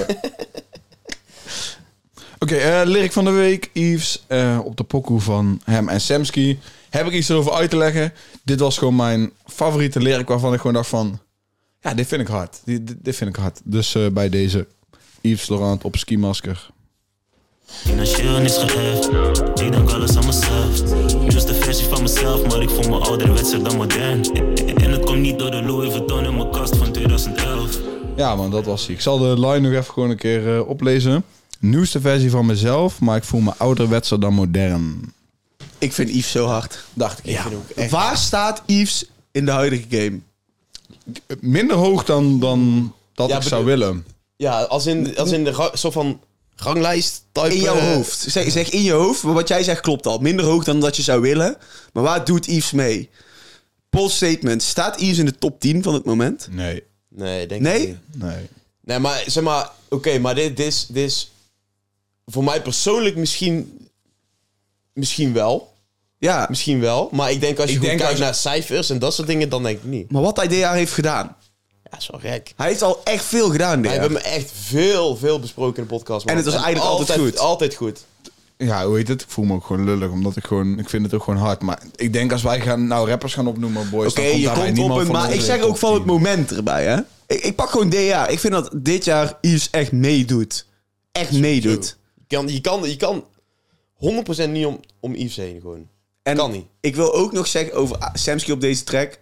Oké, lyric van de week. Yves, op de pokoe van hem en Samsky. Heb ik iets erover uit te leggen? Dit was gewoon mijn favoriete lyric waarvan ik gewoon dacht van... Ja, dit vind ik hard. Dit vind ik hard. Dus bij deze Yves Laurent op skimasker. Financieel niets geëft, ik denk alles aan mezelf. Just de versie van mezelf, maar ik voel me ouderwetser dan modern. En het komt niet door de Louis Vuitton in mijn kast van 2011. Ja man, dat was hij. Ik zal de line nog even gewoon een keer oplezen. Nieuwste versie van mezelf, maar ik voel me ouderwetser dan modern. Ik vind Yves zo hard. Dacht ik. Ik vind ook echt... Waar staat Yves in de huidige game? Minder hoog dan dat Ja, ik zou willen. Ja, als in de soort van ranglijst type... In jouw hoofd. Zeg in je hoofd, maar wat jij zegt klopt al. Minder hoog dan dat je zou willen. Maar waar doet Yves mee? Poll statement. Staat Yves in de top 10 van het moment? Nee. Nee, denk Nee? ik niet. Nee. Nee, maar zeg maar... Oké, maar dit is... Voor mij persoonlijk misschien wel. Ja. Misschien wel. Maar ik denk als je Ik goed denk kijkt als je- naar cijfers en dat soort dingen, dan denk ik niet. Maar wat hij dit jaar heeft gedaan. Ja, dat is wel gek. Hij heeft al echt veel gedaan dit We jaar. hebben me echt veel besproken in de podcast. Man. En het was eigenlijk altijd goed. Altijd goed. Ja, hoe heet het? Ik voel me ook gewoon lullig, omdat ik vind het ook gewoon hard. Maar ik denk als wij rappers gaan opnoemen, boys, Oké, dan komt je daarbij komt op niemand een... van Maar ik onze zeg top ook van het 10. moment erbij, hè. Ik pak gewoon dit jaar. Ik vind dat dit jaar Yves echt meedoet. Echt meedoet. Je kan 100% niet om Yves heen gewoon. En Kan niet. ik wil ook nog zeggen over Samsky op deze track.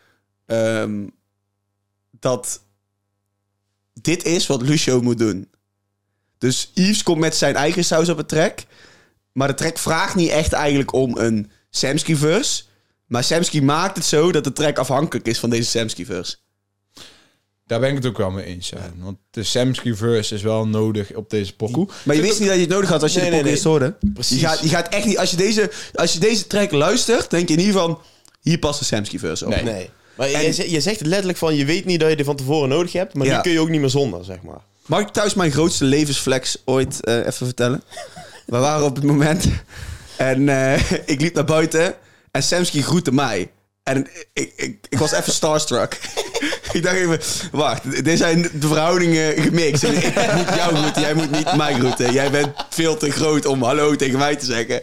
Dat dit is wat Lucio moet doen. Dus Yves komt met zijn eigen saus op het track. Maar de track vraagt niet echt eigenlijk om een Samsky-verse. Maar Samsky maakt het zo dat de track afhankelijk is van deze Samsky-verse. Daar ben ik het ook wel mee eens. Ja. Want de Samsky-verse is wel nodig op deze pokoe. Maar je wist niet dat je het nodig had als je de pokoe eerst hoorde. Precies. Je gaat echt niet... Als je deze track luistert, denk je niet van... Hier past de Samsky-verse op. Nee. Maar je zegt het letterlijk van... Je weet niet dat je er van tevoren nodig hebt. Maar nu kun je ook niet meer zonder, zeg maar. Mag ik thuis mijn grootste levensflex ooit even vertellen? We waren op het moment... En ik liep naar buiten... En Samsky groette mij. En ik was even starstruck. Ik dacht even, wacht, dit zijn de verhoudingen gemixt. En ik moet jou groeten, jij moet niet mij groeten. Jij bent veel te groot om hallo tegen mij te zeggen.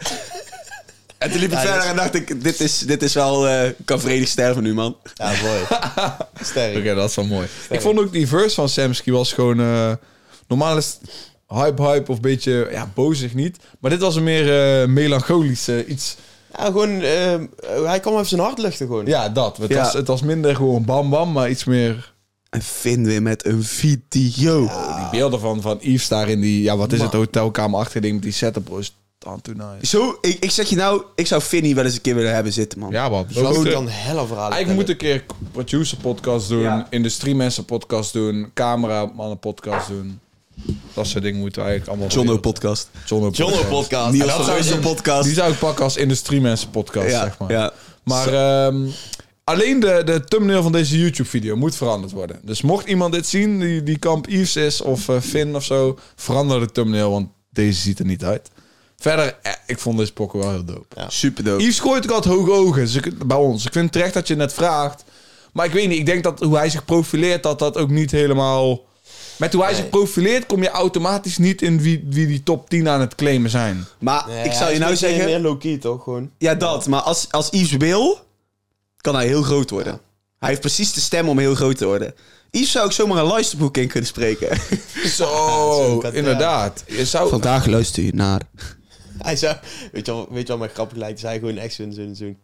En toen liep ik verder en dacht ik, dit is wel... kan vredig sterven nu, man. Ja, mooi. Sterk. Oké, dat is wel mooi. Ik vond ook die verse van Samsky was gewoon... normaal is hype of een beetje... Ja, bozig niet. Maar dit was een meer melancholisch iets... Ja, gewoon... hij kwam even zijn hart luchten gewoon. Ja, dat. Het was minder gewoon bam bam, maar iets meer... En Finn weer met een video. Die beelden van Yves daar in die... Ja, wat is het? Hotelkamer achter ding met die setup, bro. Is too nice. Zo, ik zeg je nou... Ik zou Finny wel eens een keer willen hebben zitten, man. Ja, man. Zo dan helle verhalen. Eigenlijk moet ik een keer producer podcast doen, industriemensen podcast doen, cameramannen podcast doen. Dat soort dingen moeten we eigenlijk allemaal... Johnno podcast. Johnno podcast. Niels En dat van Reuzel podcast. Die zou ik pakken als industriemensen podcast, zeg maar. Ja. Maar alleen de thumbnail van deze YouTube-video moet veranderd worden. Dus mocht iemand dit zien, die kamp Yves is of Finn of zo, verander de thumbnail, want deze ziet er niet uit. Verder, ik vond deze pokken wel heel dope. Ja. Super dope. Yves gooit ook altijd hoge ogen dus bij ons. Ik vind het terecht dat je het net vraagt. Maar ik weet niet, ik denk dat hoe hij zich profileert, dat ook niet helemaal... Met hoe hij zich profileert, kom je automatisch niet in wie die top 10 aan het claimen zijn. Maar ik zou je nou zeggen... meer low-key, toch? Gewoon. Ja, dat. Maar als Yves wil, kan hij heel groot worden. Ja. Hij heeft precies de stem om heel groot te worden. Yves zou ook zomaar een luisterboek in kunnen spreken. Zo, inderdaad. Je zou... Vandaag luister je naar... Hij zou, weet je wel, mijn grappig lijkt, hij gewoon echt zo'n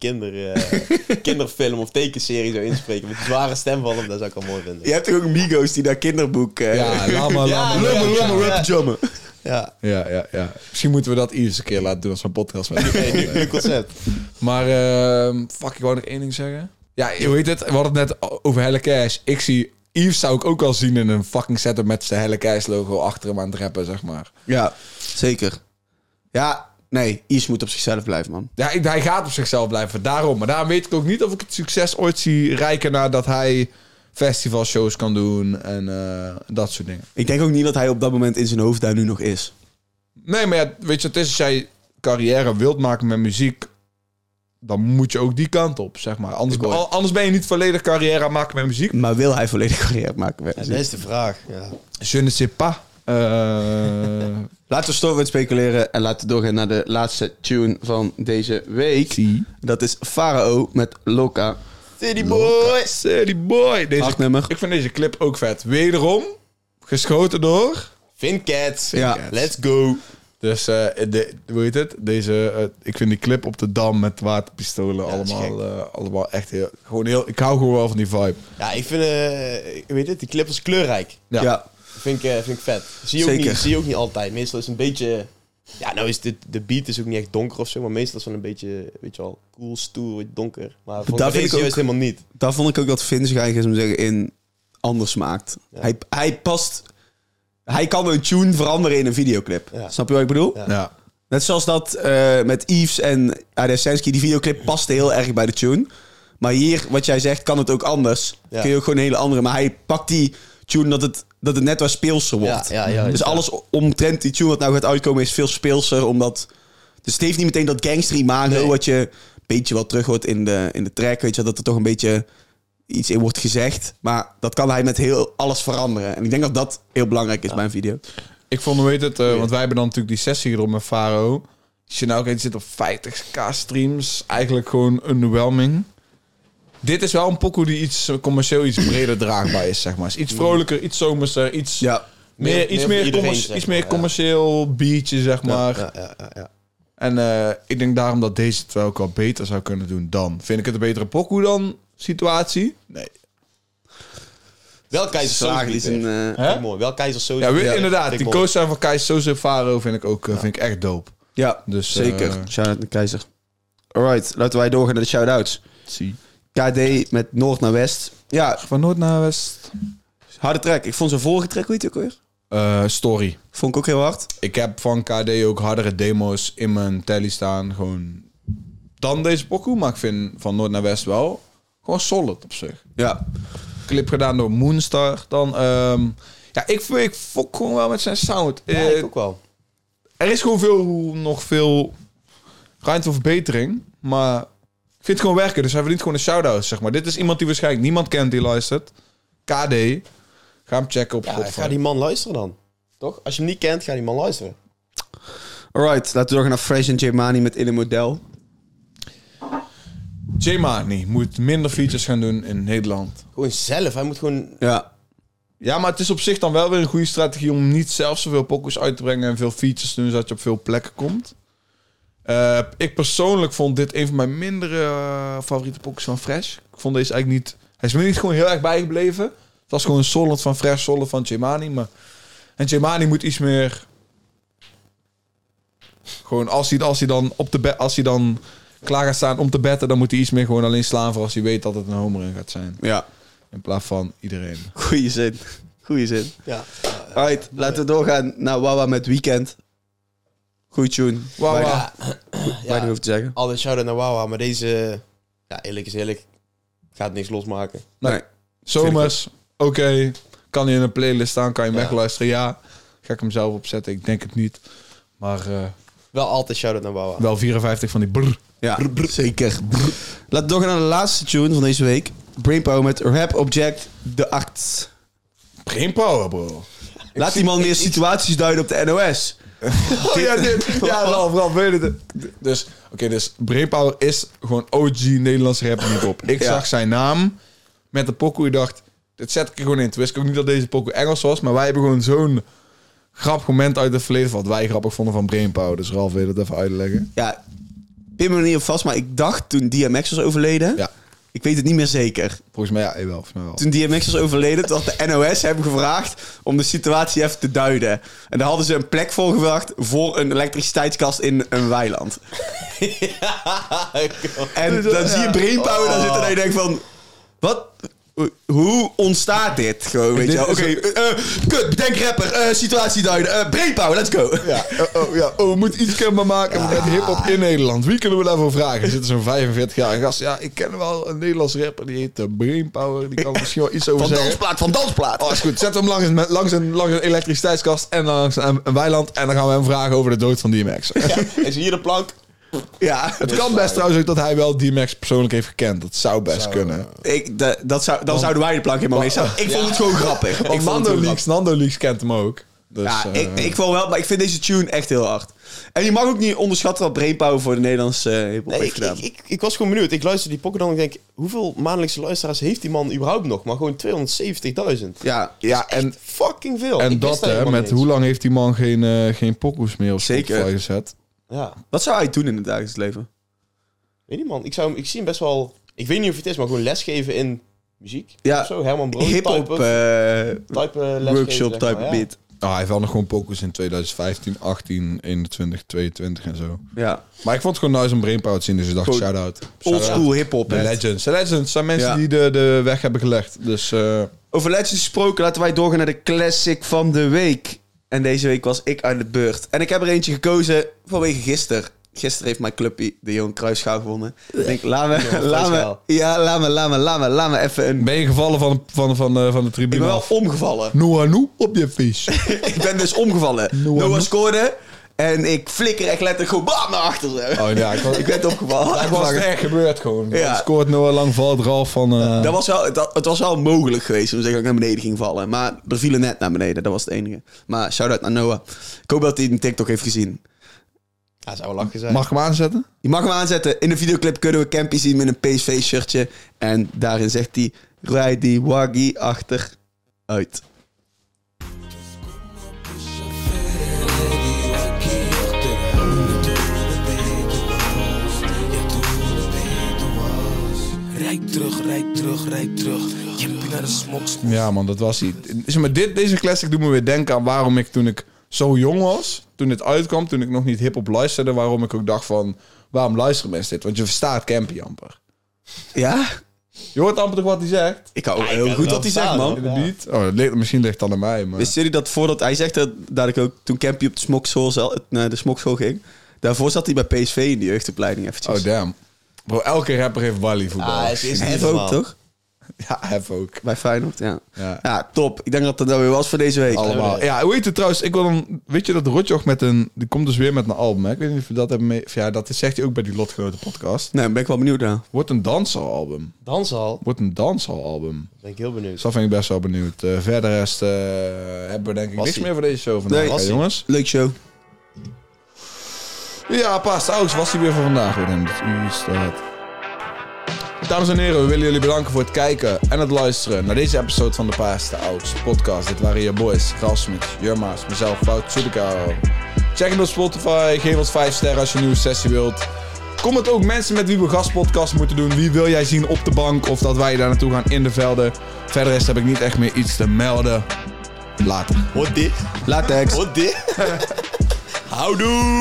kinderfilm of tekenserie zou inspreken met een zware stem van hem, dat zou ik wel mooi vinden. Je hebt toch ook Migos die dat kinderboek... Ja, lama, rap jammen. Ja. Ja. Misschien moeten we dat Yves een keer laten doen als een podcast. Nu concept. Maar, ik wou nog één ding zeggen. Ja, hoe heet het? We hadden het net over Helle Cash. Ik zie... Yves zou ik ook wel zien in een fucking setup met zijn Helle Cash logo achter hem aan het rappen, zeg maar. Ja, zeker. Ja, nee, Yves moet op zichzelf blijven, man. Ja, hij gaat op zichzelf blijven, daarom. Maar daarom weet ik ook niet of ik het succes ooit zie reiken naar dat hij festivalshows kan doen en dat soort dingen. Ik denk ook niet dat hij op dat moment in zijn hoofd daar nu nog is. Nee, maar ja, weet je, het is als jij carrière wilt maken met muziek, dan moet je ook die kant op, zeg maar. Anders ben je niet volledig carrière aan het maken met muziek. Maar wil hij volledig carrière maken met muziek? Dat is de vraag, ja. Je ne sais pas. Laten we stoppen met speculeren en laten we doorgaan naar de laatste tune van deze week. Dat is Pharao met Loka. City Boy! City Boy! Hard nummer. Ik vind deze clip ook vet. Wederom geschoten door... Vincats. Ja. Let's go. Dus, hoe heet het? Ik vind die clip op de Dam met waterpistolen allemaal echt heel... Ik hou gewoon wel van die vibe. Ja, ik vind, die clip is kleurrijk. Ja. Vind ik vet. Zie je ook niet altijd. Meestal is het een beetje... Ja, nou is de beat is ook niet echt donker of zo, maar meestal is het wel een beetje, weet je wel, cool, stoer, donker. Maar daar vind ik ook juist helemaal niet. Daar vond ik ook dat Vince eigenlijk is om te zeggen in anders maakt. Ja. Hij kan een tune veranderen in een videoclip. Ja. Snap je wat ik bedoel? Ja. Net zoals dat met Yves en Adesensky, die videoclip paste heel erg bij de tune. Maar hier, wat jij zegt, kan het ook anders. Ja. Kun je ook gewoon een hele andere... Maar hij pakt die tune dat het net wat speelser wordt. Ja, dus alles omtrent die tune wat nou gaat uitkomen is veel speelser, omdat... Dus het heeft niet meteen dat gangster imago wat je een beetje wel terug hoort in de track, weet je, dat er toch een beetje iets in wordt gezegd. Maar dat kan hij met heel alles veranderen. En ik denk dat dat heel belangrijk is bij een video. Ik vond, weet het, want wij hebben dan natuurlijk die sessie erop met Pharao. Als je nou kijkt, zit op 50k streams. Eigenlijk gewoon underwhelming. Dit is wel een pokoe die commercieel iets breder draagbaar is, zeg maar. Is iets vrolijker, iets zomerser, iets meer commercieel beatje, zeg maar. Ja. En ik denk daarom dat deze het wel ook wel beter zou kunnen doen dan. Vind ik het een betere pokoe dan situatie? Nee. Wel Keizer Slagen die zijn... Hè? Mooi. Wel Keizer Soze. Ja, inderdaad. Vind Die ik mooi. co-sign van Keizer Soze Faro vind ik ook vind ik echt dope. ja, Dus, zeker. Shout-out naar Keizer. Alright, laten wij doorgaan naar de shout-outs. Zie. KD met Noord naar West. Ja, Van Noord naar West. harde track. Ik vond zijn vorige track, weet je ook weer? Story. Vond ik ook heel hard. Ik heb van KD ook hardere demo's in mijn tally staan. Gewoon dan deze pokoe. Maar ik vind van Noord naar West wel gewoon solid op zich. Ja. Clip gedaan door Moonstar. Dan, ja, ik fok gewoon wel met zijn sound. Ja, ik ook wel. Er is gewoon nog veel ruimte voor verbetering. Maar ik vind het gewoon werken. Dus hij verdient gewoon een shout-out, zeg maar. Dit is iemand die waarschijnlijk niemand kent die luistert. KD. Ga hem checken op Ja, Spotify. ga die man luisteren dan. Toch? Als je hem niet kent, ga die man luisteren. Alright, laten we doorgaan naar Fresh en J-Mani met In een Model. J-Mani moet minder features gaan doen in Nederland. Gewoon zelf. Hij moet gewoon... Ja. Ja, maar het is op zich dan wel weer een goede strategie om niet zelf zoveel pokus uit te brengen en veel features te doen, zodat je op veel plekken komt. Ik persoonlijk vond dit een van mijn mindere favoriete pokus van Fresh. Ik vond deze eigenlijk niet... Hij is me niet gewoon heel erg bijgebleven. Het was gewoon een solid van Fresh, solid van J-Mani. En J-Mani moet iets meer... Gewoon als hij dan klaar gaat staan om te betten, dan moet hij iets meer gewoon alleen slaan voor als hij weet dat het een homer in gaat zijn. Ja. In plaats van iedereen. Goeie zin. Goeie zin. Ja. Alright, laten we doorgaan naar Wawa met Weekend. Goeie tune. Wawa. Weinig over te zeggen. Altijd shout-out naar Wawa. Maar deze... Ja, eerlijk is eerlijk. Gaat niks losmaken. Nee. Zomers, oké. Kan hij in een playlist staan, kan je hem Ja. wegluisteren? Ja. Ga ik hem zelf opzetten? Ik denk het niet. Maar Wel altijd shout-out naar Wawa. wel 54 van die brr. Ja, zeker. Laten we doorgaan naar de laatste tune van deze week. Brainpower met Rap Object de Act. Brainpower, bro. Laat die man meer situaties duiden op de NOS. Oh ja, dit. Ja, Ralf, weet het. Dus, dus Brainpower is gewoon OG Nederlandse rap en hip-hop. Ik zag zijn naam met de pokoe. Ik dacht, dit zet ik er gewoon in. Toen wist ik ook niet dat deze pokoe Engels was. Maar wij hebben gewoon zo'n grappig moment uit het verleden wat wij grappig vonden van Brainpower. Dus Ralf, wil je dat even uitleggen? Ja, pin me er niet op vast, maar ik dacht toen DMX was overleden... Ja. Ik weet het niet meer zeker. Volgens mij, ja, volgens mij wel. Toen DMX was overleden, toen had de NOS hem gevraagd om de situatie even te duiden. En daar hadden ze een plek voor gewacht voor een elektriciteitskast in een weiland. En dan zie je Brainpower daar zitten en je denkt van... Wat? Hoe ontstaat dit? Gewoon, weet je wel. Oké, kut, bedenk rapper, situatie duiden. Brainpower, let's go. Ja, we moeten iets kenbaar maken met hip-hop in Nederland. Wie kunnen we daarvoor vragen? Er zit zo'n 45-jarige gast. Ja, ik ken wel een Nederlands rapper, die heet Brainpower. Die kan er misschien wel iets over zeggen. Van dansplaat. Oh, is goed. Zet hem langs een elektriciteitskast en langs een weiland. En dan gaan we hem vragen over de dood van DMX. Ja, is hier de plank? Ja. Het kan best trouwens ook dat hij wel DMX persoonlijk heeft gekend. Dat zou best kunnen. Dan zouden wij de plank helemaal mee staan. Ik vond het gewoon grappig. Want Nando Leaks kent hem ook. Dus, Ja, ik vond wel, maar ik vind deze tune echt heel hard. En je mag ook niet onderschatten wat Brainpower voor de Nederlandse hip-hop heeft gedaan. Ik was gewoon benieuwd. Ik luister die pokken dan en ik denk... Hoeveel maandelijkse luisteraars heeft die man überhaupt nog? Maar gewoon 270.000. Ja, en Fucking veel. En Ik wist dat, hè, helemaal met niet hoe eens. lang heeft die man geen pokoes meer op Zeker. Spotify gezet? Ja, wat zou hij doen in het dagelijks leven? weet niet man. Ik zie hem best wel... Ik weet niet of het is, maar gewoon lesgeven in muziek. Ja, Of zo, Herman Brood hip-hop type lesgeven, workshop zeg maar, type ja. beat. hij heeft wel nog gewoon pokoes in 2015, 18, 21, 22 en zo. Ja, Maar ik vond het gewoon nice om Brainpower te zien, dus ik dacht, Gewoon shout-out. oldschool hip-hop. De hè. Legends. De Legends zijn mensen Ja. die de weg hebben gelegd. Dus Over Legends gesproken, laten wij doorgaan naar de classic van de week. En deze week was ik aan de beurt. En ik heb er eentje gekozen vanwege gisteren. Gisteren heeft mijn clubje de Johan Cruijffschaal gewonnen. Ik denk, laat me even een... ben je gevallen van de Ik tribune ben wel af? omgevallen. Noah op je face. Ik ben dus omgevallen. Noah scoorde en ik flikker echt letterlijk gewoon bam naar achter. Zo. Oh ja, Ik ben opgevallen. het was echt gebeurd gewoon. Ja. Ja. Scoort Noah lang, valt Ralf van... Het was wel mogelijk geweest om te zeggen dat ik naar beneden ging vallen. Maar er vielen net naar beneden, dat was het enige. Maar shout-out naar Noah. Ik hoop dat hij een TikTok heeft gezien. Ja, zou wel lachen zijn. Mag ik hem aanzetten? Je mag hem aanzetten. In de videoclip kunnen we Campy zien met een PSV-shirtje. En daarin zegt hij... Rij die waggy achteruit. rijd terug. Jippie naar de smoks. Ja man, dat was iets. Zeg maar, deze classic doet me weer denken aan waarom ik toen ik zo jong was, toen het uitkwam, toen ik nog niet hip-hop luisterde, waarom ik ook dacht van, waarom luisteren mensen dit? Want je verstaat Campy amper. Ja? Je hoort amper toch wat hij zegt? Ik hou heel goed wat hij zegt, man. In de beat? Oh, misschien ligt het dan aan mij, maar... Wisten jullie dat voordat hij zegt dat ik ook toen Campy op de smokschool ging, daarvoor zat hij bij PSV in de jeugdopleiding eventjes. Oh damn. Bro, elke rapper heeft Wally voetbal. Het is niet Hef normaal. ook, toch? Ja, Hef ook. Bij Feyenoord, ja. Ja. Ja, top. Ik denk dat dat nou weer was voor deze week. Allemaal. Ja, hoe heet het trouwens? Ik wil dan... Weet je dat Rotjoch die komt dus weer met een album, hè? Ik weet niet of je dat hebben mee... Of ja, dat zegt hij ook bij die Lotgenoten podcast. Nee, ben ik wel benieuwd naar. Wordt een dansalalbum. Danshal. Wordt een dansalalbum. Ben ik heel benieuwd. Dus dat vind ik best wel benieuwd. Verder rest hebben we denk ik niks Wassie. meer voor deze show vandaag, Nee. hè, jongens. Leuk show. Ja, Paas Aux was hij weer voor vandaag. Weer in het uur staat. Dames en heren, we willen jullie bedanken voor het kijken en het luisteren naar deze episode van de Paas de Aux podcast. Dit waren je boys, Ralsmith, Jurma's, mezelf, Fout Soedekaro. Check het op Spotify, geef ons 5 sterren als je een nieuwe sessie wilt. Comment ook mensen met wie we gastpodcast moeten doen. Wie wil jij zien op de bank of dat wij daar naartoe gaan in de velden. Verder heb ik niet echt meer iets te melden. Later. Wat dit? Latex. Wat dit? Houdoe!